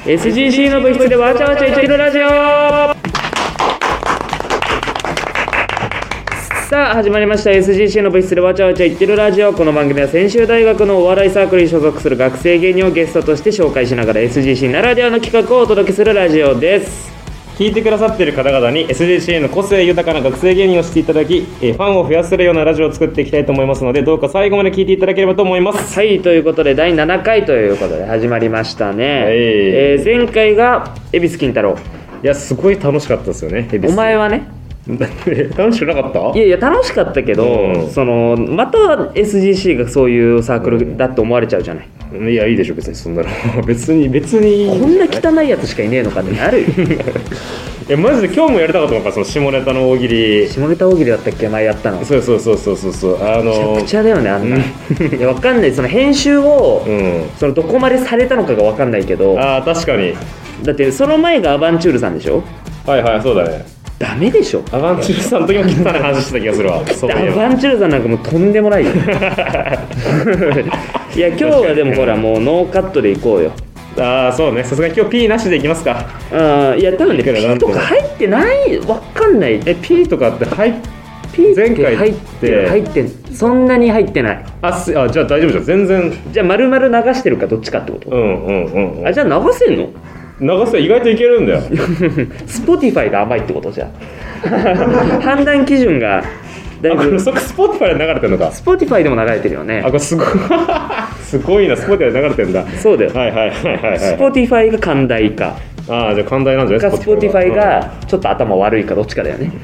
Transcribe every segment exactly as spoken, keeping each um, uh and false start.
エスジーシー の部室でわちゃわちゃ言ってるラジオ。さあ始まりました エスジーシー の部室でわちゃわちゃ言ってるラジオ。この番組は専修大学のお笑いサークルに所属する学生芸人をゲストとして紹介しながら エスジーシー ならではの企画をお届けするラジオです。 聞いてくださっている方々に エスジーシー の個性豊かな学生芸人を知っていただき、えー、ファンを増やせるようなラジオを作っていきたいと思いますので、どうか最後まで聞いていただければと思います。 はい、ということでだいななかいということで始まりましたね、はい。えー、前回が恵比寿金太郎。 いやすごい楽しかったですよね。 お前はね楽しくなかった？ いやいや楽しかったけど、うん、そのまた エスジーシー がそういうサークルだって思われちゃうじゃない、 うん、いやいいでしょ別にそんなの別に別にこんな汚いやつしかいねえのかってなるよいやマジで今日もやりたかったのか、その下ネタの大喜利。 下ネタ大喜利だったっけ前やったの。 そうそうそうそうそうそう、あのー、 めちゃくちゃだよねあんな、うん、いやわかんない、その編集を、うん、そのどこまでされたのかがわかんないけど。 ああ確かに。 だってその前がアバンチュールさんでしょ。 はいはいそうだね。 ダメでしょ。 アバンチュールさんの時も汚い話してた気がするわそうアバンチュールさんなんかもうとんでもないよいや今日はでもほらもうノーカットでいこうよ。 ああそうね、さすがに今日 P なしでいきますか。 あいや多分ね P とか入ってないわかんない。 え P とかって入っ P 前回入って入ってそんなに入ってない。 あすあじゃあ大丈夫じゃん全然。 じゃあ丸々流してるかどっちかってこと。 うんうんうん、うん、 あじゃあ流せんの。 流せ意外といけるんだよ Spotify が甘いってことじゃ判断基準がだいぶ。 そっか Spotify で流れてるのか。 Spotify でも流れてるよね。 あこれすごいすごいな Spotify で流れてるんだ。 そうだよ。 はいはいはいはい、はい、 Spotify が寛大か。 ああじゃあ寛大なんじゃないですか。Spotify がちょっと頭悪いかどっちかだよね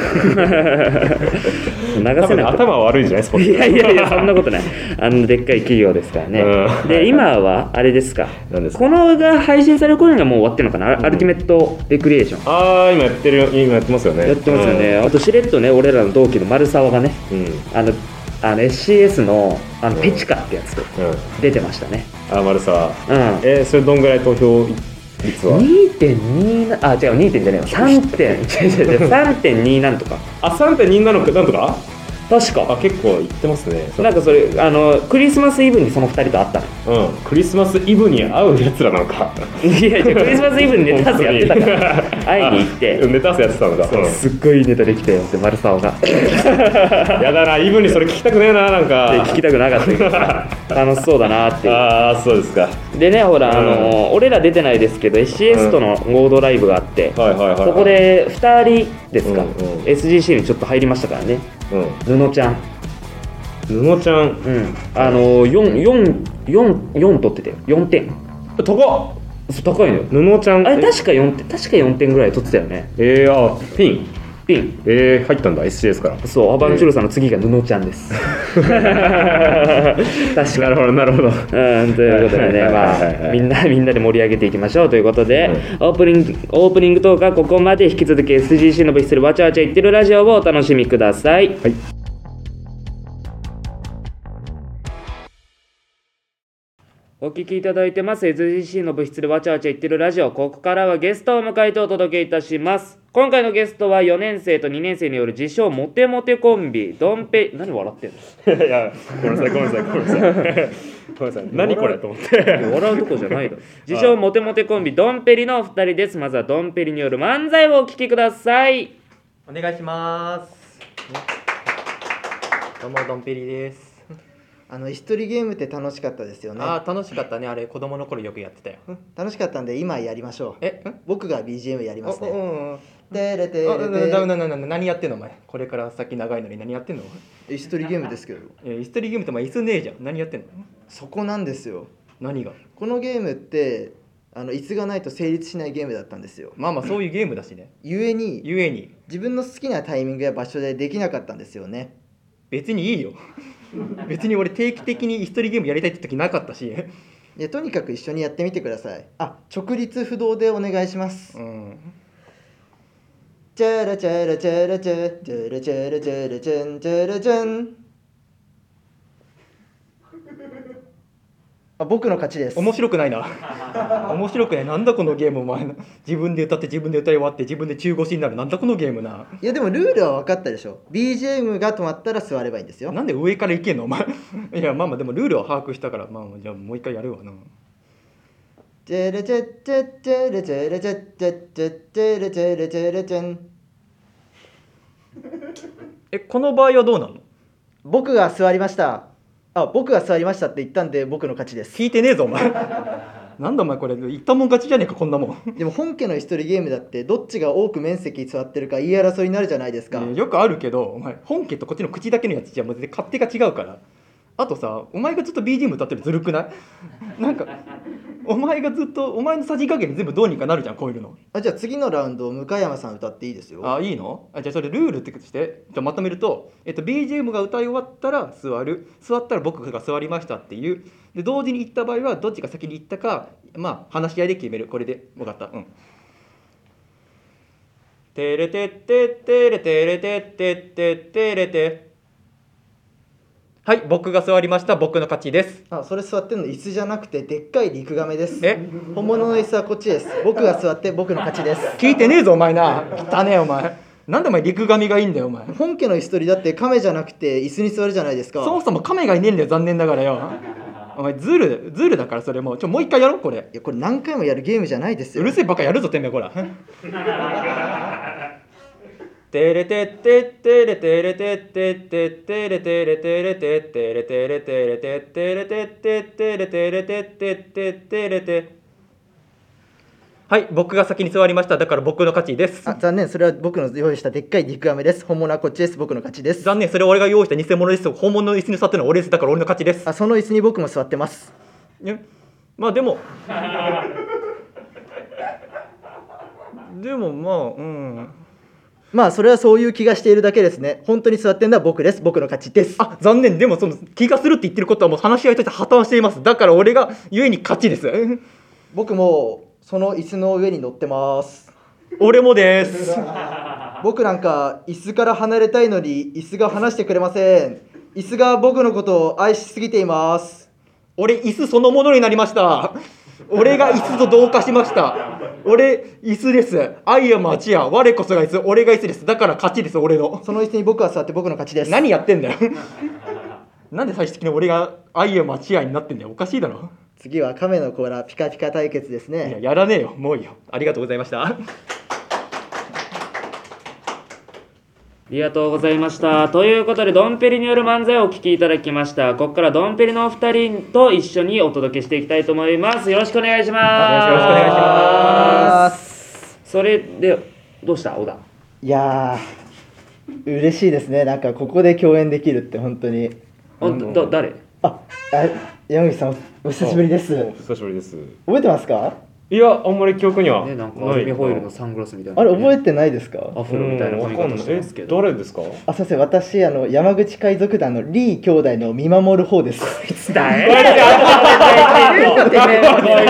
流せなくて頭悪いんじゃないですか。 いやいやいやそんなことない。あのでっかい企業ですからね、うん、で今はあれですか。 何ですか。 このが配信される頃にはもう終わってるのかな、うん、アルティメットレクリエーション。 ああ今やってる今やってますよね。 やってますよね、うん、あとしれっとね俺らの同期の丸沢がね、うん、あのあの エスシーエス の, あのペチカってやつと出てましたね、 うん、あ丸沢、うん、えー、それどんぐらい投票率はにてんにな あ違う に. 点じゃねえよさんてんさんてんに なんとかあ さんてんに なのかなんとか確か。 あ結構いってますね。 なんかそれあのクリスマスイブにそのふたりと会ったの。うんクリスマスイブに会うやつらなのかいやいやクリスマスイブにネタ合わせやってたから会いに行ってネタ合わせやってたのか、 うん、すっごいネタできたよって丸沢がやだなイブにそれ聞きたくねえななんか聞きたくなかったけど楽しそうだなっていう。 ああそうですか。 でねほら、うん、あの俺ら出てないですけど エスシーエス との合同ライブがあって、うんはいはいはいはい、そこでふたりですか、うんうん、エスジーシー にちょっと入りましたからね、うん、布ちゃん布ちゃん、うん、 あのよん、よん、よん、よん取ってたよ。よんてん。 高っ。 そう高いのよ。 布ちゃんあれ確かよんてん、確かよんてんぐらい取ってたよね。 えー、あピンピンえー、入ったんだ エスシーエス から。 そうアバンチュールさんの次が布ちゃんです、えー、確かなるほどなるほど、うん、 ということでねまあみんなみんなで盛り上げていきましょうということで、うん、オープニングオープニングトークはここまで。引き続き エスジーシー の部室でわちゃわちゃ言ってるラジオをお楽しみください。はい。お聞きいただいてます エスジーシー の部室でわちゃわちゃ言ってるラジオ。ここからはゲストを迎えてお届けいたします。今回のゲストはよねん生とにねん生による自称モテモテコンビドンペ。何笑ってんのいやごめんなさいごめんなさいごめんなさいごめんなさい何これと思って笑うとこじゃないだろ。自称モテモテコンビドンペリのお二人です。まずはドンペリによる漫才をお聞きください。 お願いします。どうもドンペリです。 あの椅子取りゲームって楽しかったですよね。 ああ楽しかったね。あれ子供の頃よくやってたよ。 楽しかったんで今やりましょう。え僕が ビージーエム やりますね。うんうんてれてれてなななな何やってんのお前。これから先長いのに何やってんの。 椅子取りゲームですけど。 椅子取りゲームってお前椅子ねえじゃん。何やってんの。 そこなんですよ。 何が。 このゲームってあの椅子がないと成立しないゲームだったんですよ。 まあまあそういうゲームだしね。 ゆえにゆえに自分の好きなタイミングや場所でできなかったんですよね。 別にいいよ別に俺定期的に椅子取りゲームやりたいって時なかったしいやとにかく一緒にやってみてください。あ直立不動でお願いします。うんチャラチャラチャラチャチャラチャラチャラチャンチャラチャンあ僕の勝ちです。 面白くないな面白くない。なんだこのゲームお前自分で歌って自分で歌い終わって自分で中腰になる。なんだこのゲームな。 いやでもルールは分かったでしょ。 ビージーエム が止まったら座ればいいんですよ。 なんで上からいけんのお前いやまあまあでもルールは把握したからまあじゃあもう一回やるわな。 チェレチェチェチェレチェレチェチェチェチェレチェレチェレチェン。 えこの場合はどうなの？ 僕が座りました。あ、僕が座りましたって言ったんで僕の勝ちです。 聞いてねえぞお前なんだお前これ言ったもん勝ちじゃねえかこんなもんでも本家の一人ゲームだってどっちが多く面積座ってるか言い争いになるじゃないですか。 えーよくあるけどお前本家とこっちの口だけのやつじゃもう全然勝手が違うから。あとさお前がずっと ビージーエム 歌ってるずるくないなんかお前がずっとお前のさじ加減で全部どうにかなるじゃんこういうの。 あ、じゃあ次のラウンド向山さん歌っていいですよ。 あいいの？あじゃあそれルールってことしてじゃあまとめると、えっと、ビージーエム が歌い終わったら座る座ったら僕が座りましたっていうで同時に行った場合はどっちが先に行ったかまあ話し合いで決める。これで分かった。うんてれてってってれてれてってってってれてはい僕が座りました。僕の勝ちです。 あ、それ座ってんの椅子じゃなくてでっかいリクガメです。 え本物の椅子はこっちです。僕が座って僕の勝ちです。 聞いてねえぞお前な。汚ねえお前。なんでお前陸神がいいんだよお前。 本家の椅子取りだって亀じゃなくて椅子に座るじゃないですか。 そもそも亀がいねえんだよ残念ながらよ。お前ズルズルだからそれもうちょもう一回やろうこれ。 いやこれ何回もやるゲームじゃないですよ。 うるせえバカやるぞてめえこら。てれてってってれてれてってってってれてれてれてってれてれてれてってれてってってれてれてってってってれてはい僕が先に座りました。だから僕の勝ちです。 あ、残念、それは僕の用意したでっかいリクガメです。本物はこっちです。僕の勝ちです。 残念それは俺が用意した偽物です。本物の椅子に座ってるのは俺です。だから俺の勝ちです。 あ、その椅子に僕も座ってます。 ねまあでもでもまあうんまあそれはそういう気がしているだけですね。本当に座ってるのは僕です。僕の勝ちです。 あ残念でもその気がするって言ってることはもう話し合いとして破綻しています。だから俺がゆえに勝ちです。 僕もその椅子の上に乗ってます。 俺もです僕なんか椅子から離れたいのに椅子が離してくれません。椅子が僕のことを愛しすぎています。 俺椅子そのものになりました。俺が椅子と同化しました。俺椅子です。アイアムアチア我こそが椅子。俺が椅子です。だから勝ちです俺の。 その椅子に僕は座って僕の勝ちです。 何やってんだよなんで最終的に俺がアイアムアチアになってんだよ。おかしいだろ。 次は亀の甲羅ピカピカ対決ですいやね。 やらねえよもういいよ。ありがとうございました。 ありがとうございました。ということでドンペリによる漫才をお聞きいただきました。ここからドンペリのお二人と一緒にお届けしていきたいと思います。よろしくお願いします。 よろしくお願いしますそれでどうした小田。 いやー嬉しいですね。なんかここで共演できるって本当に。 あんだ誰あ、あ山口さんお久しぶりです。 お久しぶりです。 覚えてますか？ いやあんまり記憶にはね、なんかアルミホイルのサングラスみたいな、 あれ覚えてないですか？ アフロみたいな髪型してますけど。 誰ですか？ あ、すいません、私あの山口海賊団のリー兄弟の見守る方です。 だえあ、こいつダメ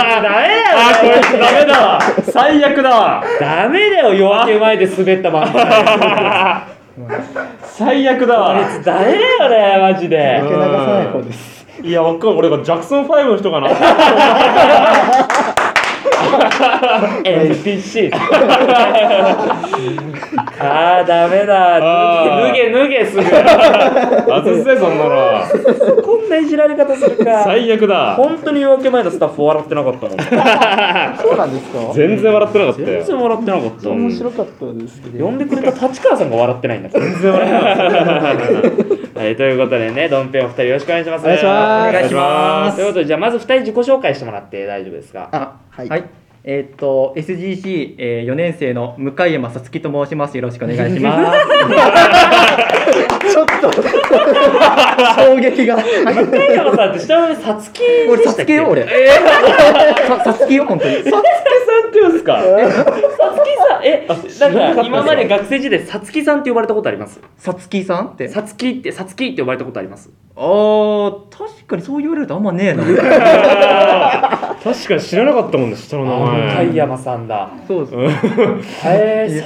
だわ。 最悪だわ。 ダメだよ、夜明け前で滑ったまんま。 最悪だわ。 こいつダメだよねマジで。 受け流さない方です。 いやわかん俺がジャクソンファイブの人かな。 エヌピーシー あーダメだ。脱げ脱げすぐ。 外せそんなの。 こんないじられ方するか。 最悪だ。 本当に夜明け前のスタッフ笑ってなかったもん。 そうなんですか？ 全然笑ってなかったよ。 全然笑ってなかった。 面白かったですけど。 呼んでくれた立川さんが笑ってないんだから。全然笑ってなかった。はい、ということでね、ドンペンお二人よろしくお願いします。 お願いしますお願いします。 ということで、じゃあまずふたり自己紹介してもらって大丈夫ですか？ あ、はい。 はいえーっと エスジーシー、えー、よねん生の向山さつきと申します。よろしくお願いします。 ちょっと衝撃が。 向山さんって下の名前さつきで俺さしたっけ？ つきよ俺。ささつきよ本当に。 さつきさんって言うんですか？さつきさん、え、なんか今まで学生時代さつきさんって呼ばれたことあります？ さつきさんってさつきってさつきって呼ばれたことあります？ あー確かにそう言われるとあんまねえな。 確かに知らなかったもんね下の名前。 向山さんだ。 そうです。 へえ。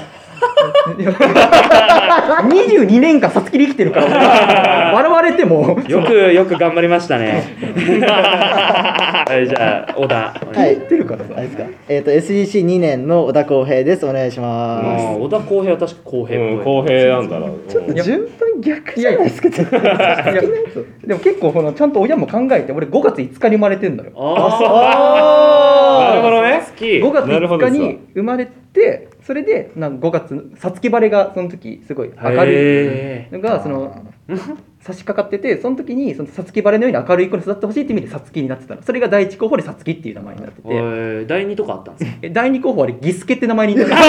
にじゅうにねんかんさつきで生きてるから笑われてもよくよく頑張りましたね。はい、じゃあ小田。 はい。 言ってるからさあれですか？えっと エスジーシーに 年の小田康平です。お願いしまあー小田康平は確か康平っうんぽい。 公平なんだな。 す。順番逆じゃないですか。 いやでも結構このちゃんと親も考えて俺ごがついつかに生まれてんのよ。 あなるほどね好きごがついつかなるほどですわに生まれて、それでなんごがつさつき晴れがその時すごい明るへいのがその差し掛かってて、その時にそのさつき晴れのように明るい子に育ってほしいって意味でさつきになってたの。それが第一候補でさつきっていう名前になってて、 ーだいにとかあったんですか？ えだいに候補はあれギスケって名前になってた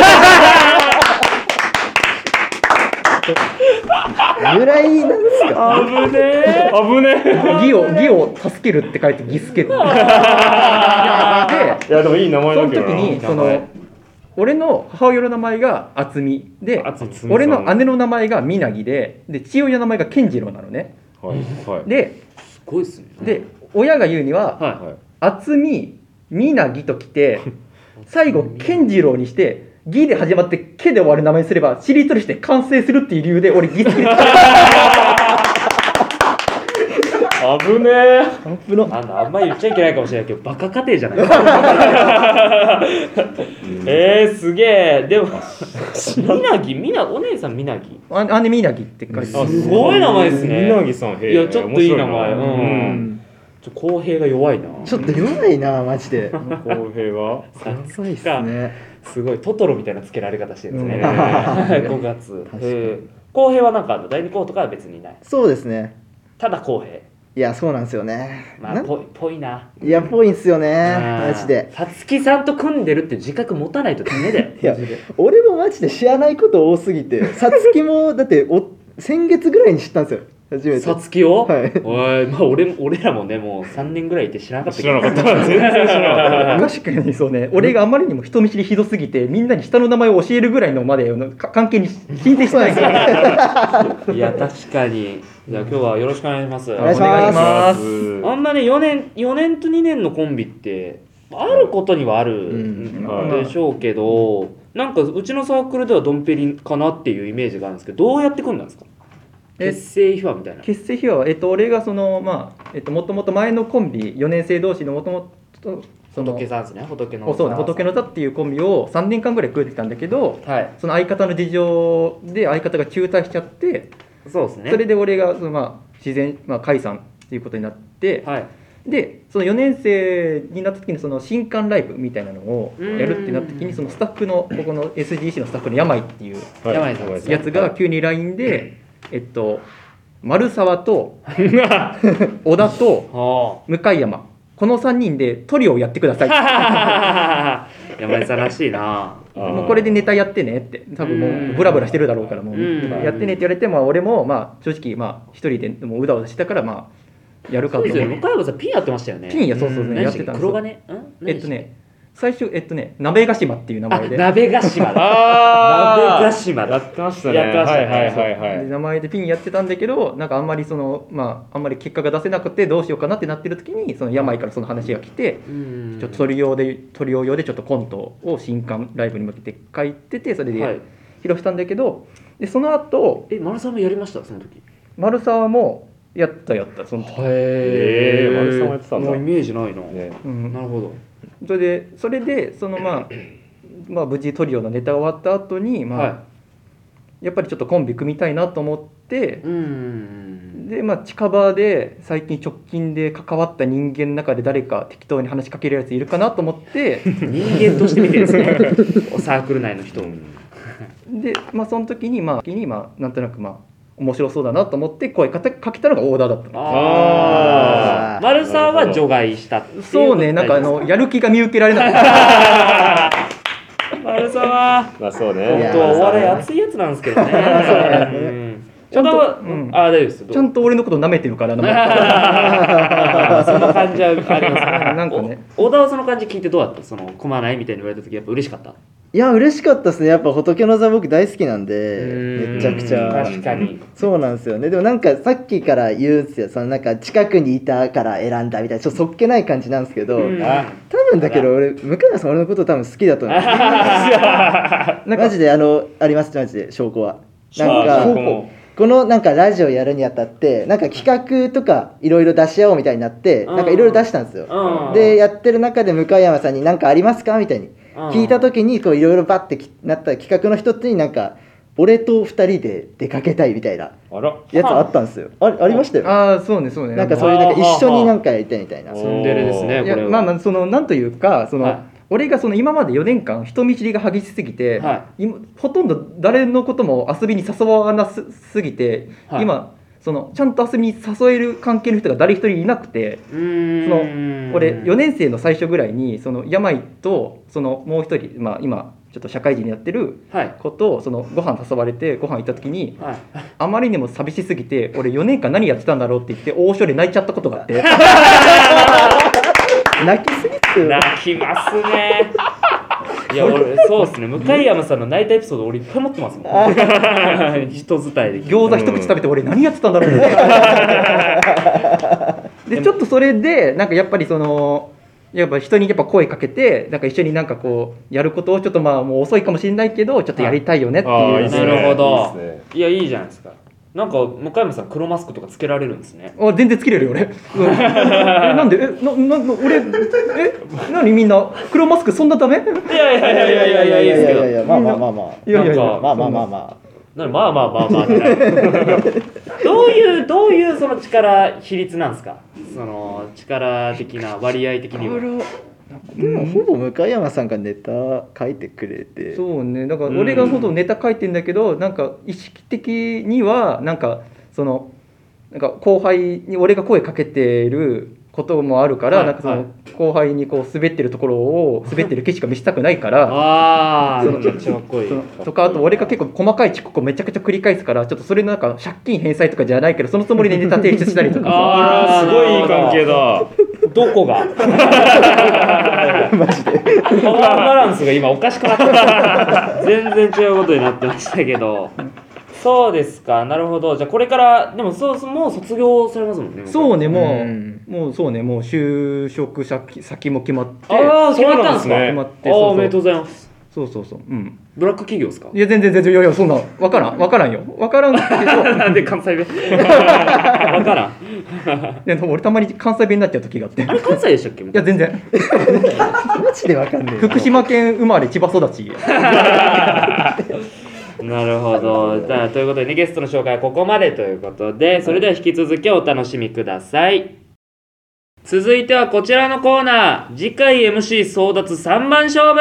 ぐらいなんですか。 危ねえ危ね義を義を助けるって書いてギスケってで、 え。いやでもいい名前そのだけどな。 時にその俺の母親の名前が渥美で、 渥美さん俺の姉の名前がみなぎで、で父親の名前が健次郎なのね。 はいはい。 ですごいっすね。 で親が言うにはははい渥美みなぎときて最後健次郎にして義で始まってけで終わる名前にすればしりとりして完成するっていう理由で俺義好きで危ねえ。 アンプのい。あのあんまり言っちゃいけないかもしれないけどバカ家庭じゃない。えー、すげえ。でもみなぎみなお姉さんみなぎ。 あ姉みなぎって書いてある。 すごい名前ですね。 みなぎさん、へえ。 いやちょっといい名前。 面白いなうん。 うんちょ公平が弱いな。 ちょっと弱いなマジで。 公平が。 そうですね。 すごいトトロみたいな付けられ方してるんですうんね。ごがつ。 確かにえー公平はなんかあのだいに候補とかは別にいない。 そうですね。 ただ公平。 いやそうなんですよね。なんまあぽいぽいな。 いやぽいんすよねあーマジで。 さつきさんと組んでるって自覚持たないとダメだよ。 いや俺もマジで知らないこと多すぎて、さつきもだってお先月ぐらいに知ったんですよ初めて。 さつきを、 はいおい、まあ、俺も俺らもねもうさんねんぐらいいて知らなかった知らなかった。全然知らなかっ確かにそうね、俺があまりにも人見知りひどすぎてみんなに下の名前を教えるぐらいのまでのか関係に進展してないからいや確かに。じゃあ今日はよろしくお願いします。 お願いしますお願いしますた。 あんまねよねんよねんとにねんのコンビってあることにはあるうんんでしょうけど、なんかうちのサークルではドンペリかなっていうイメージがあるんですけど、どうやって組んだんですか？ え結成秘話みたいな。 結成秘話は、えっと、俺がそのまあえっともともと前のコンビよねん生同士のもともとその仏さんですね。仏のおそうね仏の座っていうコンビをさんねんかんぐらい組んでたんだけど、 はい。 その相方の事情で相方が中退しちゃって、 そうですね。 それで俺がそのまあ自然、まあ、解散っていうことになって、 はい。 でそのよねん生になった時にその新刊ライブみたいなのをやるってなった時にそのスタッフのここの エスディーシー のスタッフの山井っていうた。 山井さんですやつが急に ライン でえっと丸沢と小田とは向山このさんにんでトリオをやってくださいってあ。山根さんらしいな。 もうこれでネタやってねって多分もうブラブラしてるだろうからもううんやってねって言われて、まあ、俺もまあ正直まあ一人でもううだうだしてたからまあやるかと思ってそうですよね。向山さんピンやってましたよね。 ピンやそうそうそう何でしたっけやってたんですよ黒金？んえっと。ね最初えっとね鍋ヶ島っていう名あ、 前で鍋ヶ島だ。 あー鍋ヶ島だやってましたね。 やってましたねはいはいはいはい。 で名前でピンやってたんだけどなんかあんまりそのまああんまり結果が出せなくてどうしようかなってなってる時にその病からその話が来てうんちょっとトリオでトリオ用でちょっとコントを新刊ライブに向けて書いててそれではい。 披露したんだけどでその後え、丸さんもやりましたその時。 丸沢もやったやったその時、 へー丸さんもやってたんだもうイメージないな。 ねうんなるほど。 それでそれでそのまあまあ無事トリオのネタが終わった後にまあ、 はやっぱりちょっとコンビ組みたいなと思ってい。うん。 でまあ近場で最近直近で関わった人間の中で誰か適当に話しかけるやついるかなと思って人間として見てるんですね。おサークル内の人を。 でまあその時にまあ時にまあなんとなくまあ面白そうだなと思って声かけかけたのがオーダーだったの。 ああ。 あー丸さんは除外したっていうことそうねなんかあのやる気が見受けられなかった丸さんはまあそう本ね。 当はお笑い熱いやつなんですけどね。うんちゃんと小田はうんあ、大丈夫です。 ちゃんと俺のこと舐めてるからなその感じはありますね。 なんかねお小田はその感じ聞いてどうだった？その組まないみたいに言われた時やっぱ嬉しかった？ いや嬉しかったですね。やっぱ仏の座僕大好きなんでうんめちゃくちゃ。 確かに。 そうなんですよね。でもなんかさっきから言うんですよ。そのなんか近くにいたから選んだみたいなちょっとそっけない感じなんですけど、 うんあ多分だけど俺向山さん俺のこと多分好きだと思う。 なんかマジであのありますマジで証拠は。なんあか証拠このなんかラジオやるにあたってなんか企画とかいろいろ出し合おうみたいになってうんなんかいろいろ出したんですよ。 うんでやってる中で向山さんに何かありますかみたいに聞いた時にこういろいろバッてきなった企画の一つになんか俺とふたりで出かけたいみたいなあらやつあったんですよ。あありましたよ。 ああそうねそうね。 なんかそういうなんか一緒になんかやりたいみたいな。 あーツンデレですねこれは。 いやまあまあそのなんというかその、 はい俺がその今までよねんかん人見知りが激しすぎて、 は今ほとんど誰のことも遊びに誘わなすすぎて、 はい今そのちゃんと遊びに誘える関係の人が誰一人いなくて、 うーんその俺よねん生の最初ぐらいにその病とそのもう一人、まあ、今ちょっと社会人にやってるはい子とそのご飯誘われてご飯行った時にはいあまりにも寂しすぎて俺よねんかん何やってたんだろうって言って大所で泣いちゃったことがあって泣きすぎてよ。 泣きますね。いや俺そうですね向山さんの泣いたエピソード俺いっぱい持ってますもん。人伝いで餃子一口食べて俺何やってたんだろうってでちょっとそれでなんかやっぱりそのやっぱ人にやっぱ声かけてなんか一緒になんかこうやることをちょっとまあもう遅いかもしれないけどちょっとやりたいよねっていう、 あーいいっすねなるほどいいっすねいやいいじゃないですか。なんか向山さん黒マスクとかつけられるんですね。 あ全然つけれるよ俺、うんえなんでえななな俺え何みんな黒マスクそんなダメいやいやいやいやいやいやいいですけどいやいやいやまあまあまあまあいやいやいやなんかまあまあまあまなまあまあまあまあどういうどういうその力比率なんですか。その力的な割合的には。 あ。でもほぼ向山さんがネタ書いてくれて。 そうねだから俺がほとんどネタ書いてんだけどなんか意識的にはなんかそのなんか後輩に俺が声かけてることもあるから、 はいなんかそはいの後輩にこう滑ってるところを滑ってる景色を見せたくないからああそのめっちゃかっこいいそ。のとかあと俺が結構細かい遅刻をめちゃくちゃ繰り返すからちょっとそれのなんか借金返済とかじゃないけどそのつもりでネタ提出したりとかあーすごいいい関係だ。 どこがマジで。 パワーバランスが今おかしくなってた全然違うことになってましたけどそうですかなるほど。じゃあこれからでもそうそうもう卒業されますもんね。 そうねもう、 うんもうそうねもう就職先先も決まってああ決まったんですか。 そうなんですね決まってああそうそうおめでとうございます。 そうそうそううんブラック企業ですか。 いや全然全然いやいやそんな分からん分からんよ分からんけどなんで関西弁わからん。 いや俺たまに関西弁になっちゃう時があっていあれ関西でしたっけ。 や全然マジでわかんねえな。 福島県生まれ千葉育ちなるほど。じゃあということでねゲストの紹介はここまでということでそれでは引き続きお楽しみください。続いてはこちらのコーナー次回 エムシー 争奪さんばん勝負。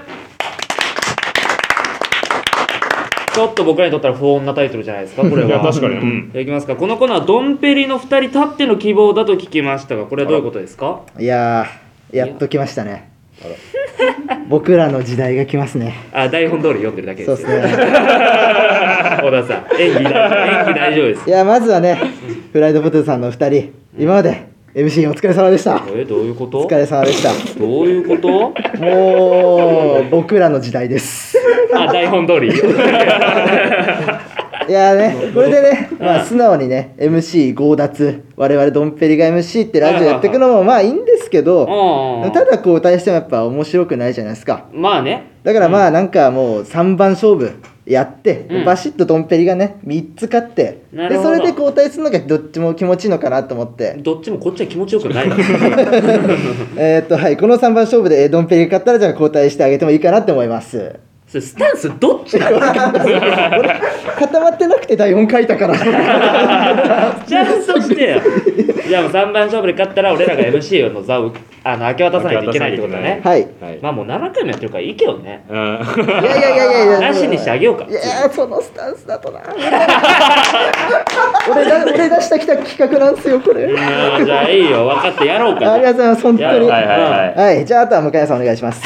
ちょっと僕らにとったら不穏なタイトルじゃないですかこれは。 いや確かにうんじゃあいきますか。このコーナーはドンペリのふたりたっての希望だと聞きましたがこれはどういうことですか。 いやーやっと来ましたね。僕らの時代が来ますね。 あ台本通り読んでるだけそうですすでよね。 小田さん演技大演技大丈夫です。 いやまずはねフライドポテトさんのふたり今まで エムシー お疲れ様でした。 えどういうことお疲れ様でした。 どういうこともう僕らの時代です。 あ台本通りいやねこれでね、まあ、素直にね エムシー 強奪我々ドンペリが エムシー ってラジオやっていくのもまあいいんですけどうんただ交代してもやっぱ面白くないじゃないですか。 まあねだからまあなんかもうさんばん勝負やって、 うんバシッとドンペリがねみっつ勝ってでなるほどそれで交代するのがどっちも気持ちいいのかなと思ってどっちもこっちは気持ちよくないからえーっとはいこのさんばん勝負でえードンペリが勝ったらじゃあ交代してあげてもいいかなって思います。 それスタンスどっちなの固まってなくて台本書いたからちゃんとしてよじゃあもうさんばん勝負で勝ったら俺らが エムシー の座をあの明け渡さないといけないってことだね。 はいはいまあもうななかいもやってるからいいけどねうんいやいやいやいやいやなしにしてあげようか。 いやーそのスタンスだとな俺だ俺出したきた企画なんですよこれ。 うんじゃあいいよ分かってやろうか。 ありがとうございます本当に。 やはいはいはいはいじゃああとは向井さんお願いします。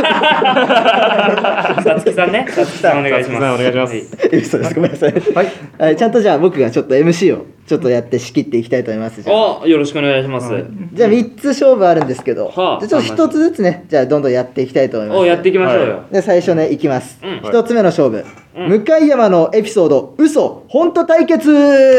さつきさんねさつきさんお願いします。 さつきさんお願いしますはい嘘ですごめんなさい。 はいはいちゃんとじゃあ僕がちょっと エムシー をちょっとやって仕切っていきたいと思います。じゃあおよろしくお願いします。 じゃあみっつ勝負あるんですけど、 はあじゃあちょっとひとつずつねじゃあどんどんやっていきたいと思います。 おやっていきましょうよ。 で最初ねいきます、 うんひとつめの勝負、 うん向山のエピソード嘘本当対決。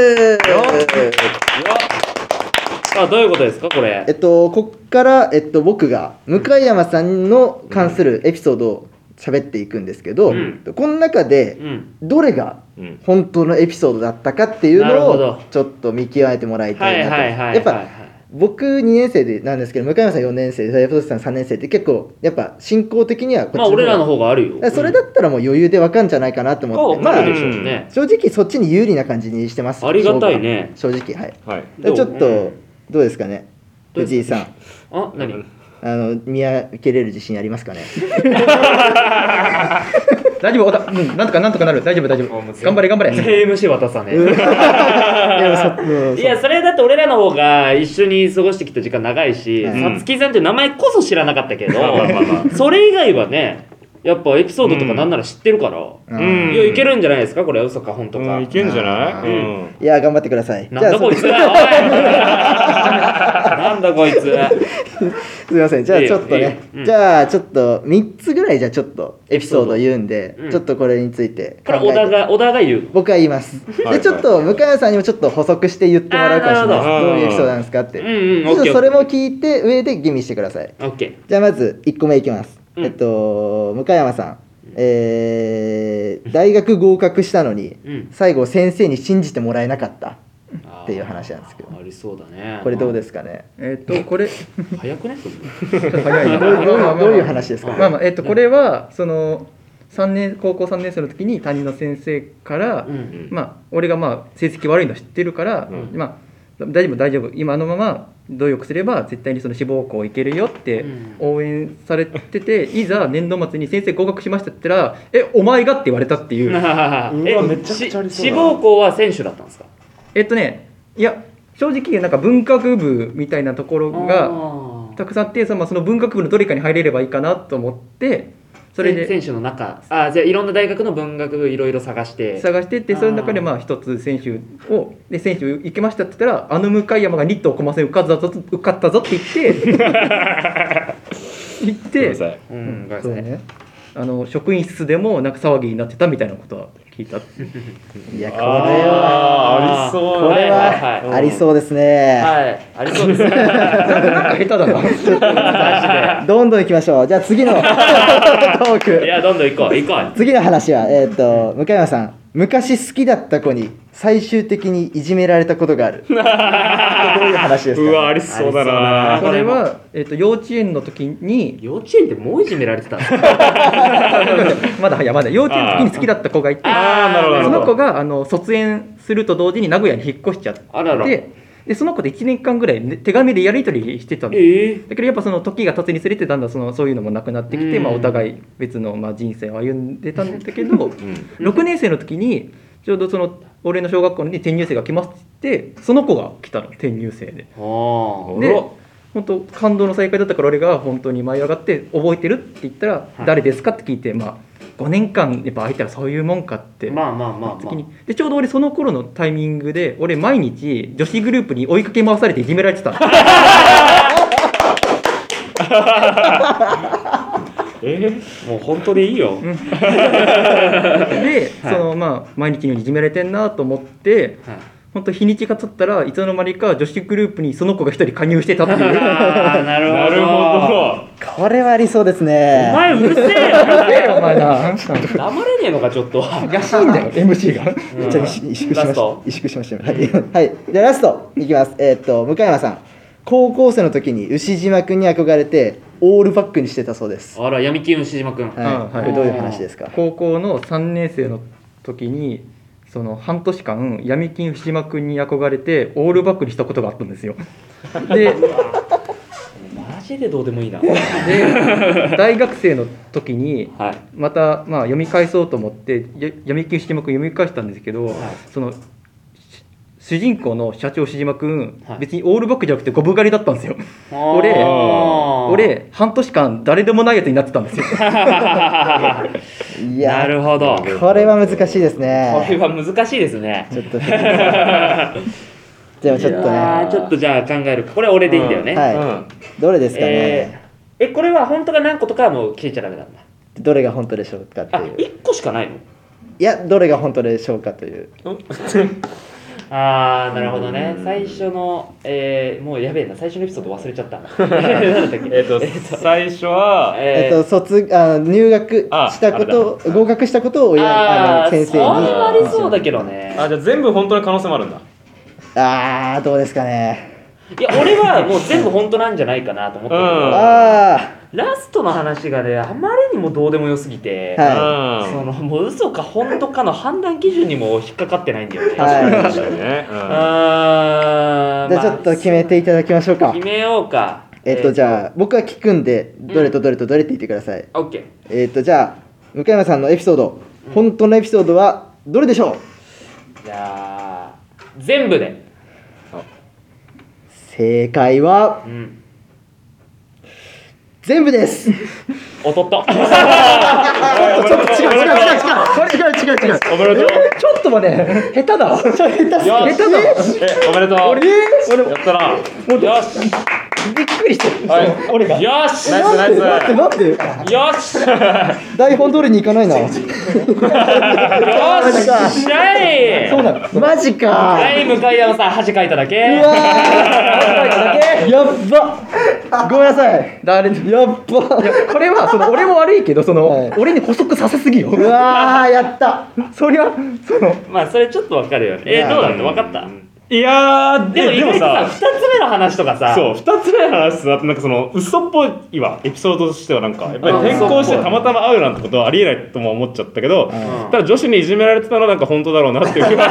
あどういうことですかこれえ。っとこっから、えっと、僕が向山さんの関するエピソードを喋っていくんですけど、 うんこの中でうんどれがうん本当のエピソードだったかっていうなるのをほどちょっと見極めてもらいたいなと。 はいはいはいはいやっぱ僕にねん生でなんですけど向山さんよねん生でフトシさんさんねん生って結構やっぱ進行的にはこっちまあ俺らの方があるよ。 だからそれだったらもう余裕でわかんじゃないかなと思って、まあかわかるでしょうね。 正直そっちに有利な感じにしてます。 ありがたいね。 正直はい。 はいでちょっとうんどうですかね、藤井さん。 あ、何？ あの見分けれる自信ありますかね。 大丈夫、おたうん、なんとかなんとかなる、大丈夫大丈夫、頑張れ頑張れ。 全員 エムシー 渡さね。 いやそうんいやそれだって俺らの方が一緒に過ごしてきた時間長いし、 うんさつきさんっていう名前こそ知らなかったけど、 まあまあまあまそれ以外はねやっぱエピソードとかなんなら知ってるから、 うんいやいけるんじゃないですかこれ、嘘か本当か、 うんいけんじゃないあうーんいや頑張ってください。 なんだこいつ、おいなんだこいつ。 すみません、じゃあいいよちょっとね、 いいようんじゃあちょっとみっつぐらいじゃあちょっとエピソード言うんで、 うんちょっとこれについてこれ小田が小田が言う。 僕は言います。 はいでちょっと向山さんにもちょっと補足して言ってもらうかもしれないです。 あーなるほどどういうエピソードなんですかって。 うんうんちょっオッケーとそれも聞いて上で吟味してください。 オッケじゃあまずいっこめいきます。 うんえっと向山さん、えー大学合格したのに、 うん最後先生に信じてもらえなかったー。 っていう話なんですけどあーありそうだね。 これどうですかね。 えっとこれ早くねそれ。 早いな。 どういうどういうまあまあまあどういう話ですか。 まあまあえっとこれはそのさんねん高校さんねん生の時に担任の先生から、 うんまあ俺がまあ成績悪いの知ってるから、 うんまあ大丈夫大丈夫今のまま努力すれば絶対にその志望校行けるよってうん応援されてて、いざ年度末に先生合格しましたって言ったら「えお前が?」って言われたっていうえうわめちゃくちゃありそうだな志望校は選手だったんですか。 えっとねいや正直なんか文学部みたいなところがあーたくさんあって、そのまあその文学部のどれかに入れればいいかなと思ってそれで選手の中、あじゃあいろんな大学の文学部いろいろ探して。 探してってその中でまあ一つ選手をで選手行けましたって言ったら、あの向山がニットをコマセン受かったぞ受かったぞって言って言ってごめんなさいうん、ごめんなさいね。 そうねあの職員室でもなんか騒ぎになってたみたいなことは聞いた。 いやこれはあーありそうこれはいはいはありそうですね。 はい、ありそうですね。 下手だな。 マどんどん行きましょう。じゃあ次のトージで。いク。 や、どんどん行こう、行こう。 次の話は、えーっと向山さん、昔好きだった子に最終的にいじめられたことがある。どういう話ですか、 うわありそうだなありそれは、えっと幼稚園の時に幼稚園ってもういじめられてたんですか。 まだいやまだ幼稚園の時に好きだった子がいて、 あーなるほどなるほどその子があの卒園すると同時に名古屋に引っ越しちゃってあららでその子でいちねんかんぐらい、ね、手紙でやり取りしてたの。 ええだけどやっぱその時が経つにつれてだんだんそのそういうのもなくなってきて、 うんまあ、お互い別のまあ人生を歩んでたんだけど、 うんろくねん生の時にちょうどその俺の小学校に転入生が来ますって言ってその子が来たの転入生で。 ああ。 であら本当感動の再会だったから俺が本当に舞い上がって覚えてるって言ったら、 い誰ですかって聞いて、まあ、ごねんかんやっぱ空いたらそういうもんかって。 まあまあまあま時にでちょうど俺その頃のタイミングで俺毎日女子グループに追いかけ回されていじめられてたのえあ。もう本当でいいよ。 で、 はいそのまあ毎日のようにいじめられてんなと思ってはい本当日にちが経ったらいつの間にか女子グループにその子が一人加入してたっていうああ、なるほど。 なるほどこれはありそうですおね。 前うるせえよ。 お前な黙れねえのか、ちょっと。 安いんだよ エムシー がめっちゃ萎縮萎縮しました。 ラスト萎縮しました。はい、はい、じゃあラストいきます。えーっと向山さん、高校生の時に牛島くんに憧れてオールバックにしてたそうです。 あら、闇金牛島くん。 はい、 うんはいこれどういう話ですか。 高校のさんねん生の時にその半年間闇金藤島君に憧れてオールバックにしたことがあったんですよでマジでどうでもいいな。 で大学生の時にはい。 また、まあ、読み返そうと思ってや闇金藤島君読み返したんですけど、そのし主人公の社長藤島君、 はい別にオールバックじゃなくてゴブ狩りだったんですよ俺あー俺半年間誰でもないやつになってたんですよいやなるほど。 これは難しいですこれね。 は難しいですね。 ちょっとでもちょっといやーね、 ちょっとじゃあ考えるか。これ俺でいいんだよね。 はい、 うんどれですかね、 えーえ、これは本当が何個とかはもう消えちゃダメなんだ。 どれが本当でしょうかってあ、 いう。 一個しかないの？ いや、どれが本当でしょうかという。 あー、なるほどね。最初の、えー、もうやべえな、最初のエピソード忘れちゃった。何だったっけえっと最初はえーえっと、卒あ入学したことああれだ合格したことを親あーあの先生それはにありそうだけどね。 あじゃあ全部本当の可能性もあるんだあーどうですかね。 いや俺はもう全部本当なんじゃないかなと思ったけど、 うんあラストの話がねあまりにもどうでもよすぎて、 はそのもう嘘か本当かの判断基準にも引っかかってないんだよね。 はい確かにね、うんあーじゃあちょっと決めていただきましょうか。 決めようか。 えっとじゃあ僕が聞くんでどれとどれとどれって言ってください。 あ OK。 えっとじゃあ向山さんのエピソード、本当のエピソードはどれでしょう？ じゃあ全部で。 正解はうん。 全部です。 おとっと。 ちょっと違う違う違う違う違う違う違う違う。 おめでとう。 ちょっともね下手だわ下手下手すぎる。 よしだわえ、おめでとう。 俺やったな。 よしびっくりしてる、 はい俺がよしナイスナイス。 待って待ってよし台本通りにいかないな。 よっしゃい。 そうなのマジか。 はい向山さん恥かいただけ。 うわーやっば。ごめんなさい。 誰いやっば。 やこれはその俺も悪いけどその、 はい俺に補足させすぎようわーやった。 そりゃそのまあそれちょっとわかるよね。えどうだった分かった？ いやー、 でも意外とささ、 二つ目の話とかさ。 そう、二つ目の話だとなんかその嘘っぽいわエピソードとしてはなんかやっぱりうん転校してたまたま会うなんてことはありえないとも思っちゃったけど、 んただ女子にいじめられてたのはなんか本当だろうなっていう本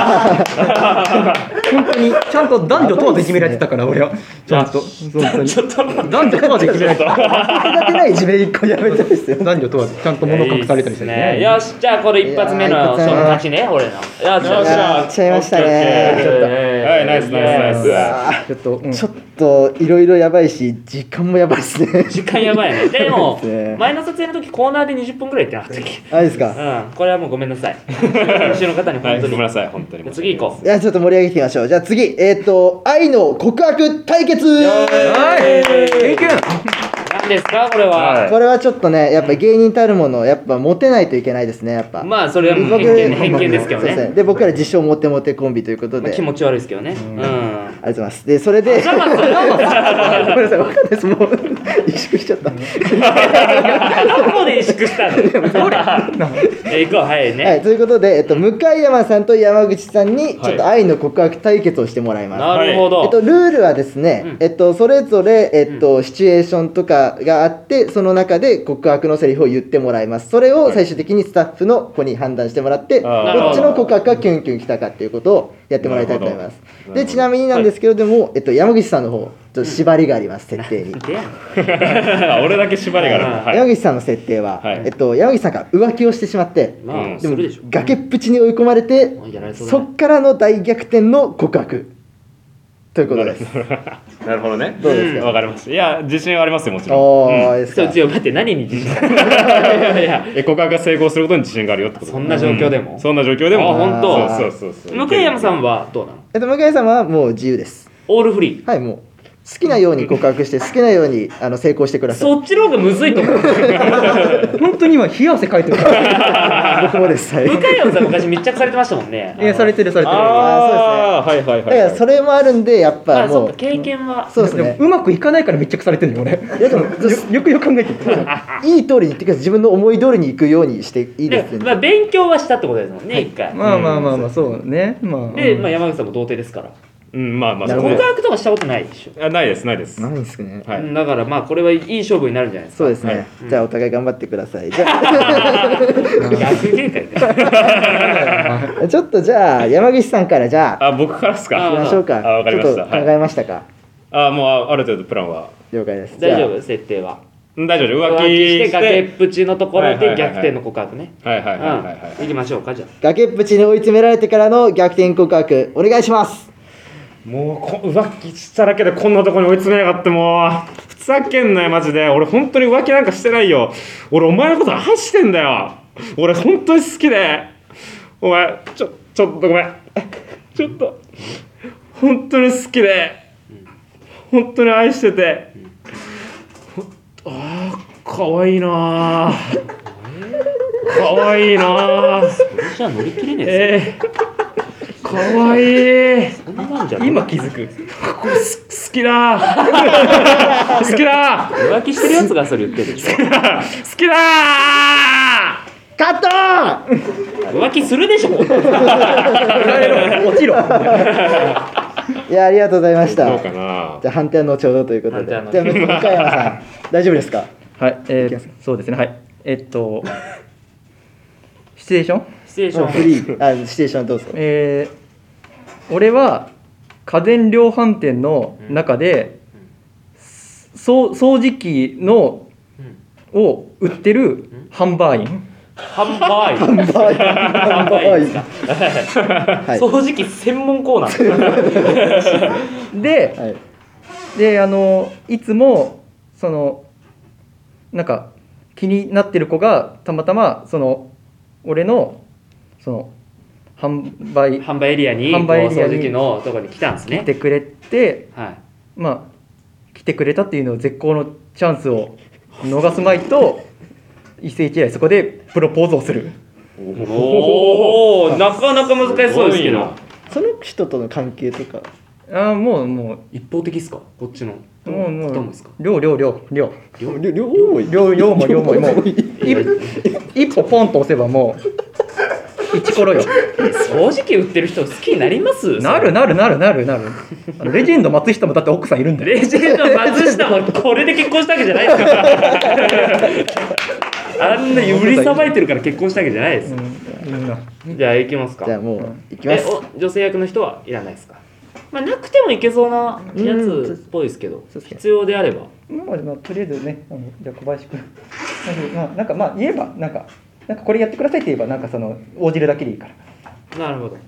当にちゃんと男女問わずいじめられてたから俺はちゃんと本当にちょっと待って男女問わずいじめられてただけないいじめ一個やめたいですよ。 男女問わずちゃんと物隠されたりしていいっすね。よしじゃあこれ一発目いやーのその勝ちね俺の。よしよしよっしゃやっちゃいましたね。 はいナイスナイスナイス。 ちょっと、うんちょっといろいろやばいし時間もやばいですね。 時間やばいね。でもそうですね前の撮影の時コーナーでにじゅっぷんぐらいやってなかったっけ？ あれですか。 うんこれはもうごめんなさい。編集の方にはい、 本当に。 ごめんなさい本当に。 次行こう。 いやちょっと盛り上げていきましょう。じゃあ次えっ、と愛の告白対決。 はいいくん何ですかこれは。 はいこれはちょっとねやっぱ芸人たるものやっぱモテないといけないですねやっぱ。 まあそれはもう僕偏見偏見ですけどそうですね。 で僕ら自称モテモテコンビということで。 まあ気持ち悪いですけどね。うん。 ありがとうございます。でそれで。 じゃあまずごめんなさいわかんないですもう萎縮しちゃった。 どこで萎縮したの？え行こうはいね。 はい、ということで、えっと、向山さんと山口さんにちょっと愛の告白対決をしてもらいます。 なるほど。 えっと、ルールはですね、 うんえっと、それぞれ、えっと、シチュエーションとかがあってその中で告白のセリフを言ってもらいます。それを最終的にスタッフの子に判断してもらって、 あーどっちの告白がキュンキュンきたかっていうことをやってもらいたいと思います。 なるほどでちなみになんですけれども、えっと、山口さんの方ちょっと縛りがあります設定に。 であ俺だけ縛りがあるんだ。はい。 山口さんの設定は、 はいえっと、山口さんが浮気をしてしまって、 まうんあするでしょ。 崖っぷちに追い込まれて、 やられそうだねそっからの大逆転の告白ということです。 なるほどね。 どうですかわかりました。いや自信はありますよもちろん。 おうんー、ですか。 そう強い待って何に自信？いやいやえ告白が成功することに自信があるよってこと。 そんな状況でもうんそんな状況でも。 あ本当そうそうそうそう。 向山さんはどうなの？ えっと、向井さんはもう自由です。 オールフリー。 はい、もう好きなように告白して、好きなようにあの成功してください。 そっちの方がむずいと思う。 本当に今冷や汗かいてるから僕もです。はい。 向山さん昔密着されてましたもんね。 いやされてるされてるああはいはいはい。 だからそれもあるんで、やっぱあそっかもう、 経験は。 そうですね。 でもうまくいかないから密着されてるのよ俺いやでもよよくよく考えてるいい通りに言ってください。自分の思い通りに行くようにしていいですでまあ勉強はしたってことですもんね一回。 まあまあまあまあそうねまあでまあ山口さんも童貞ですから。 うんまあまあなるほど告白とかしたことないでしょ。 あないですないです。 ないんですかね。 はい。 だからまあこれはいい勝負になるんじゃないですか。 そうですね。 はいじゃあお互い頑張ってください。じゃあ逆警戒で。 ちょっとじゃあ山口さんからじゃああ僕からですあか。 行きましょうか。 あわかりましたちょっと考えましたか。 あもうあある程度プランは。 了解です。 大丈じゃあ夫設定は。 うん大丈夫浮浮気気ししてて。 崖っぷちのところはいはいはいはいで逆転の告白ね。 はいはいはいはいうんはい。 行きましょうかじゃあ。 崖っぷちに追い詰められてからの逆転告白お願いします。 もうこ浮気しただけでこんなとこに追い詰めやがってもうふざけんなよマジで俺本当に浮気なんかしてないよ俺お前のこと愛してんだよ俺本当に好きでお前ちょちょっとごめんちょっと本当に好きで本当に愛しててほんあーかわいいなあかわいいなあじゃあ乗り切れねええーかわいいそんなもんじゃん。 今気づくこれす好きだ好きだ浮気してるやつがそれ言ってるでしょ。 好きだカット浮気するでしょ。 落ちろいやありがとうございましたどうかな。 じゃあ判定は後ほどということでじゃあ判定は後ほど向山さん大丈夫ですかはい、えーいきます、 そうですね、はい。えっと、シチュエーションシチュエーションフリーあシチュエーションどうぞえー俺は家電量販店の中で、そう掃除機のを売ってる販売員、 ハンバーイハンバーイハンバーイですかはい掃除機専門コーナーで、 はいであのいつもそのなんか気になってる子がたまたまその俺のその販売販売エリアに販売エリアに掃除機のところに来たんですね来てくれて、 はいまあ来てくれたっていうのを絶好のチャンスを逃すまいと一世一代そこでプロポーズをする。 おおなかなか難しそうですけどその人との関係とかああもうも一方的ですかこっちのうもうもう方もですか量量量量両両多い量量も量ももう一一歩ポンと押せばもう一コロよ。 掃除機売ってる人好きになりますなるなるなるなるなる。あのレジェンド松下もだって奥さんいるんだよ。 レジェンド松下もこれで結婚したわけじゃないですからあんな売りさばいてるから結婚したわけじゃないです、 うんいるなじゃあ行きますかじゃあもう行きますえお女性役の人はいらないですかまあなくてもいけそうなやつっぽいですけどそうですね必要であればまあ、まあ、とりあえずねあのじゃあ小林君まあなんかまあ言えばなんかなんかこれやってくださいって言えばなんかその応じるだけでいいからなるほど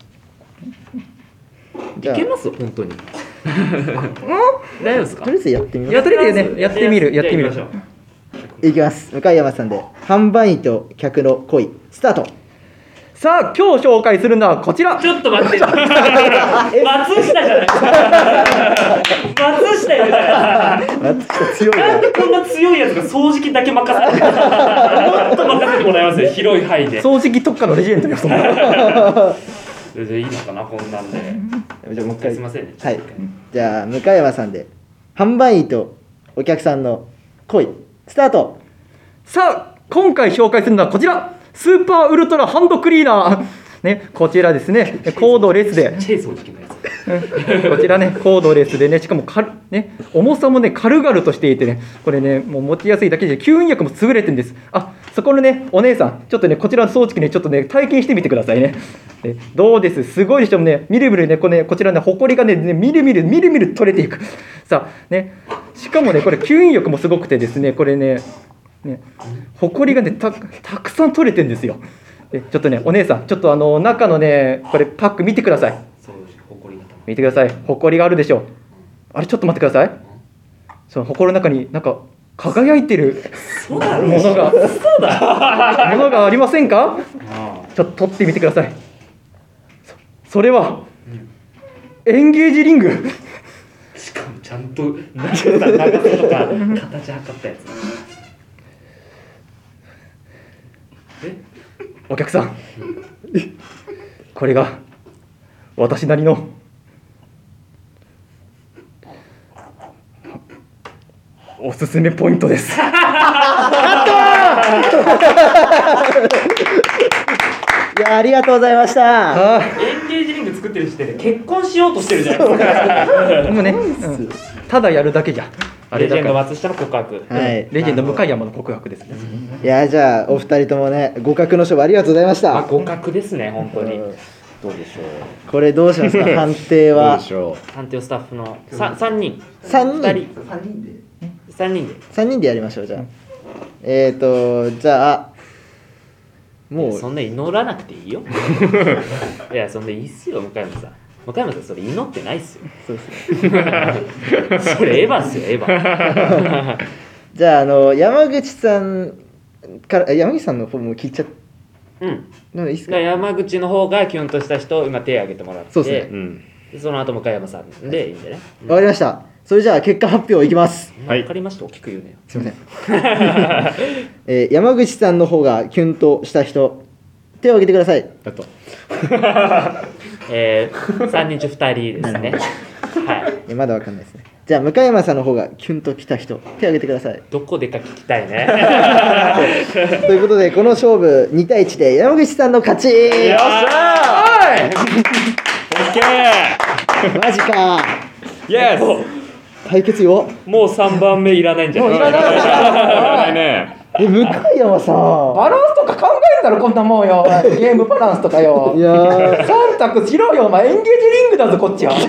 じゃあいけます本当に大丈夫ですかとりあえずやってみますやっとりあえずねやってみるやってみるじゃあ行きましょういきます向山さんで販売員と客の恋スタートさあ今日紹介するのはこちら。 ちょっと待って松下じゃない松下いるじゃない松下強いなんなでこんな強いやつが掃除機だけ任せてるもっと任せてもらいますよ広い範囲で掃除機特化のレジェンドよそんな。 じゃあいいのかなこんなんでじゃあもう一回すいませんねはいじゃあ向山さんで販売員とお客さんの恋スタートさあ今回紹介するのはこちらスーパーウルトラハンドクリーナーねこちらですねコードレスでちっちゃい掃除機のやつこちらねコードレスでねしかも軽ね重さもね軽々としていてねこれねもう持ちやすいだけで吸引力も優れてるんです。あそこのねお姉さんちょっとねこちらの掃除機ねちょっとね体験してみてくださいね。えどうですすごいでしょねみるみるねこれねこちらねほこりがねねみるみるみるみる取れていくさあねしかもねこれ吸引力もすごくてですねこれねねほこりがね た, たくさん取れてるんですよ。えちょっとねお姉さんちょっとあの中のねこれパック見てください。 そうほこりがたま見てくださいほこりがあるでしょう。あれちょっと待ってください。そのほこりの中になんか輝いてるそうだろものがそうだものがありませんか。 あちょっと取ってみてください。そ, それは、エンゲージリング。 あしかもちゃんと長さ長さとか形測ったやつえお客さんこれが私なりのおすすめポイントです。 いやありがとうございましたあエンゲージリング作ってる時点で結婚しようとしてるじゃないですかもうね、うんただやるだけじゃあレジェンドれだから松下の告白はいレジェンド向山の告白ですね。 いやじゃあお二人ともね互角の勝負ありがとうございましあた互角ですね本当にうんどうでしょう。 これどうしますか判定どうはでしょ判定をスタッフのささんにんさんにんふたりさんにんでさんにんでやりましょうじゃあえーとじゃあもうそんな祈らなくていいよいやそんないいっすよ向山さん向山さんそれ祈ってないっすよそうですねそれエヴァっすよエヴァじゃああの山口さんからえ山口さんの方も聞いちゃってうんもいいっすかだから山口の方がキュンとした人今手挙げてもらってそうっすねう。うん。 でその後向山さんでいいんでねわかりましたそれじゃあ結果発表いきますはいわかりました大きく言うねすいません、えー山口さんの方がキュンとした人手を挙げてくださいだと。 えー、さんにん中ふたりですねはいえまだわかんないですねじゃあ向山さんの方がキュンときた人手を挙げてくださいどこでか聞きたいねということでこの勝負に対いちで山口さんの勝ちよっしゃーオッケー。 マジか。 イエス。 対決よ。 もうさんばんめいらないんじゃない？ もういらないいらないね。 え、向山さバランスとか考えるだろこんなもんよ。ゲームバランスとかよ。 ん。いやー、 三択しろよお前。エンゲージリングだぞこっちは。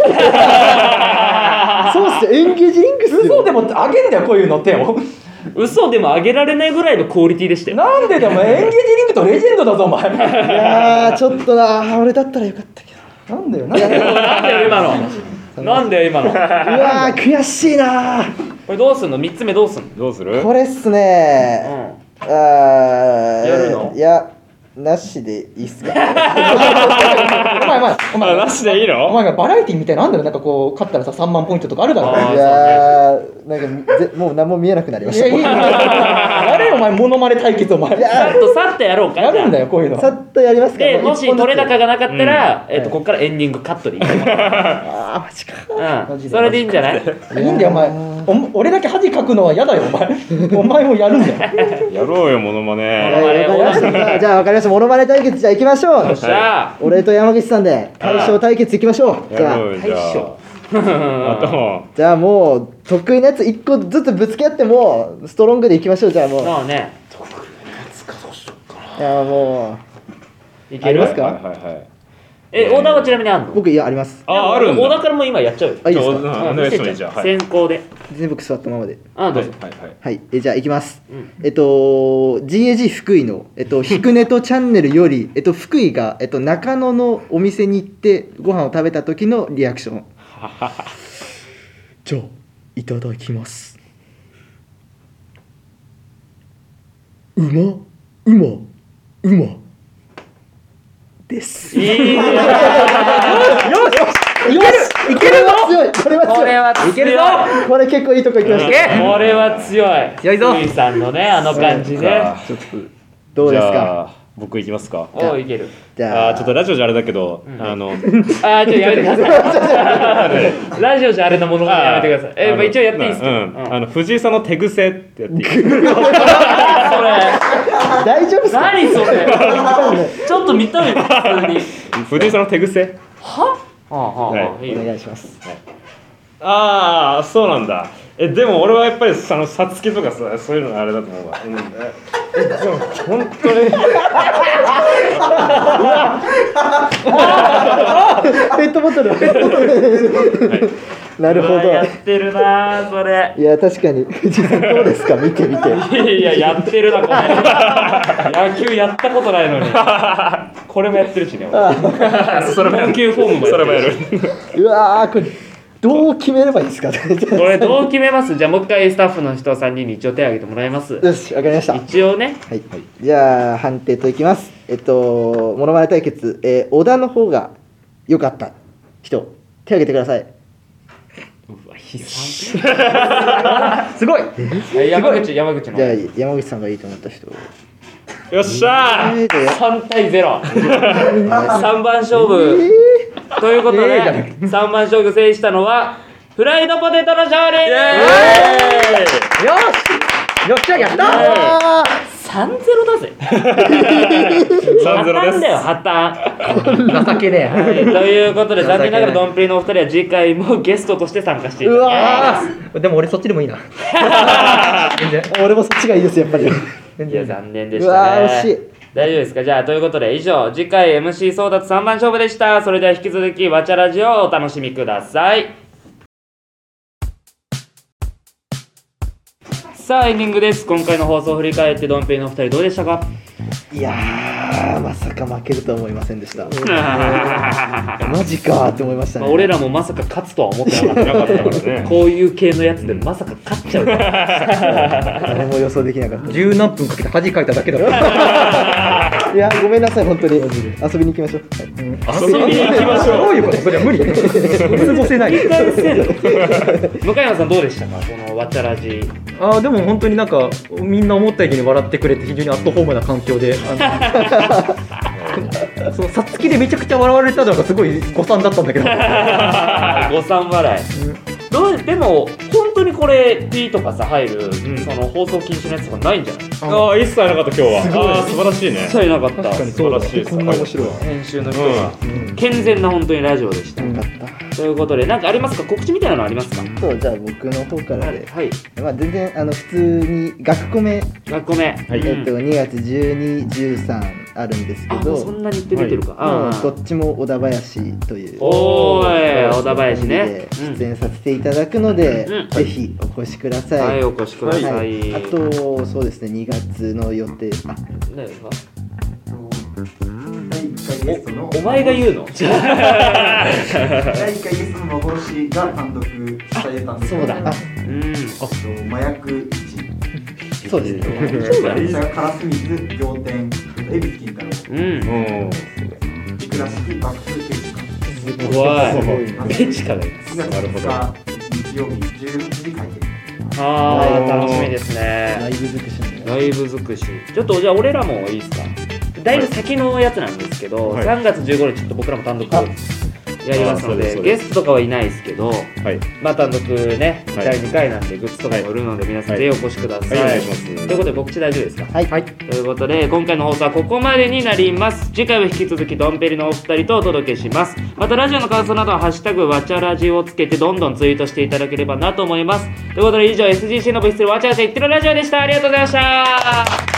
そうっすよ、エンゲージリングっすよ。 嘘でもあげんだよこういうの手を。 嘘でも上げられないぐらいのクオリティでしたよ。 なんででもエンゲージリングとレジェンドだぞお前。 いやー、ちょっとな、俺だったらよかったけど。 なんだよなんだよ。 なんだよ今の。なんだよ今の。 うわー、悔しいな。 これどうすんの？みっつめどうすんの？ どうする？ これっすね。 うん。 あー、 やるのいや、なしでいいっすか。 お前お前お前あ、なしでいいの？ お前がバラエティみたいなのあんだろ。なんかこう勝ったらささんまんポイントとかあるだろ。 あーいやー、なんかぜもう何も見えなくなりました。 いやいいよ。やれよお前モノマネ対決お前。 さっとさっとやろうか。 やるんだよ。 よこういうの。 さっとやりますか。 で、もし取れ高がなかったら、 うんえっとここからエンディングカットでいい。 あー、マジか。 うん。 マジでそれでいいんじゃない？ いいんだよお前。お俺だけ恥かくのは嫌だよお前。お前もやるんだよ。 やろうよモノマモノネ。 マネわかりました。じゃあわかりました。モノマネ対決じゃあ行きましょう。 よっしゃ俺と山口さんで対象対決行きましょう。じゃあやろうよじゃ大将あ。あとじゃあもう得意なやつ一個ずつぶつけ合ってもストロングで行きましょう。じゃあもう。 もうね、 いやもいける？ ありますかはいはいはい。 え、小田はちなみにあんの？ う僕いやあります。 あ、あるんだ。 小田からも今やっちゃうよ。 あ、いいですじゃか。 あお願いしてもいいじゃん。はい。 先行で。 全然僕座ったままで。 あ、どうぞ。 はいはい。 はい。えじゃあ行きます。 うんえっと ジーエージー 福井のえっとひくねとチャンネルよりえっと福井がえっと中野のお店に行ってご飯を食べた時のリアクション。じゃあいただきます。うまうまうまです。 いいね。 よしいけるいけるぞ。強い。これは強い。 これは強い。 いけるぞ。 これ結構いいとこ行きました。 これは強い。 強いぞ福井さんのね、あの感じね。 ちょっとどうですか。 じゃあ僕行きますか。 おう、いける。 じゃああーちょっとラジオじゃあれだけど、 んあのあー、ちょっとやめてください。ラジオじゃあれのものまねやめてください。え、まあ一応やっていいですか？ ううんん。あの藤井さんの手癖ってやっていい？ それ。 大丈夫ですか。 何それ。ちょっと見たいよ、普通に。 藤井さんの手癖？ は？はあはあはあ。 はいいいよお願いします。 ああそうなんだ。えでも俺はやっぱりあのさつきとかさそういうのがあれだと思うわ。うん、えでも本当にペットボトル。ペットボトル。なるほど。 うわやってるなー、それ。 いや確かに藤井さんどうですか。見てみて。 いや、やってるな、これ。野球やったことないのに。これもやってるしね。俺それもやる。 野球フォームもそれもややってるる。。 うわーこれどう決めればいいですか。 これどう決めます？じゃあもう一回スタッフの人さんにんに一応手を挙げてもらいます。 よしわかりました。 一応ね。 はい、じゃあ判定といきます。えっとモノマネ対決、えー、小田の方が良かった人手を挙げてください。 うわ、悲惨。 すごい。 え山口、山口の。 じゃあ山口さんがいいと思った人。 よっしゃー。 えーとさん対ゼロ。さんばん勝負。ということで、さんばん勝負制したのは、フライドポテトの勝利。 イエーイ。 よし。よっしゃやった。 あさんゼロだぜ。 さんゼロです。 破綻だよ、破綻。 情けねえ。 はい、ということで残念ながらドンプリのお二人は次回もゲストとして参加していただきます。 ああ。でも俺そっちでもいいな。全然。 ー俺もそっちがいいですやっぱり。 全いや然。 残念でしうわたね。 ー惜しい。 大丈夫ですか。じゃあということで以上次回 エムシー 争奪さんばん勝負でした。それでは引き続きわちゃラジオをお楽しみください。さあエンディングです。今回の放送を振り返ってドンペイのお二人どうでしたか？ いやーまさか負けるとは思いませんでした。マジかーって思いましたね。 まあ俺らもまさか勝つとは思ってなかったなかったからね。 こういう系のやつでまさか勝っちゃうから誰も予想できなかった。 十何分かけて恥かいただけだろ。 いやごめんなさい本当に遊びに行きましょう。はい遊びに行きましょう。 どういうこと？それは無理。見過ごせない。 理解せんの向山さんどうでしたか？このわちゃラジ。 あーでも本当になんかみんな思った以上に笑ってくれて非常にアットホームな環境で、あのそのさつきでめちゃくちゃ笑われたのがすごい誤算だったんだけど、 誤算笑い。どうでも本当にこれ P とかさ入る、 んその放送禁止のやつとかないんじゃない？ ああ一切なかった今日は。 すごいああ素晴らしいね。 一切なかった。 確かに素晴らしいです。 こんな面白い。 編集の人が、健全な本当にラジオでした、 よかった。 ということで、なんかありますか？告知みたいなのありますか？ そうじゃあ僕の方からで、 はい、 まあ全然あの普通に学コメ、 学校目、 はいうんえっとにがつじゅうに、じゅうさんあるんですけあ、もうど、 そんなにって出てるか、 もあうどっちも小田林というおーい小田林ねで出演させていただくので、 うんぜひお越しください。 はい、お越しください、 はいあとそうですねにがつの予定、あ何ですか？ だいいっかいゲストのお前が言うの？ だいいっかいゲストの幻が単独されたんですそうだ、 あうん麻薬いちそうですね。 電車が烏水仰天恵比寿金太郎うん、 うん。 倉敷爆風景時間すごいベチカがいますしがつふつか日曜日じゅうはちじ開店あー楽しみですね。 ライブ尽くしのライブ尽くしちょっとじゃあ俺らもいいですか？だいぶ先のやつなんですけど、 はいさんがつじゅうごにちちょっと僕らも単独やりますのであそうですそうですゲストとかはいないですけど、 はい。 まあ単独ね、 はいだいにかいなんでグッズとかも売るので皆さんはいぜひお越しください、 はいお願いしますということで告知大丈夫ですか？ はい、はい、 ということで今回の放送はここまでになります。次回は引き続きドンペリのお二人とお届けします。またラジオの感想などはハッシュタグわちゃラジをつけてどんどんツイートしていただければなと思います。ということで以上 エスジーシー の部室でわちゃわちゃ言ってるラジオでした。ありがとうございました。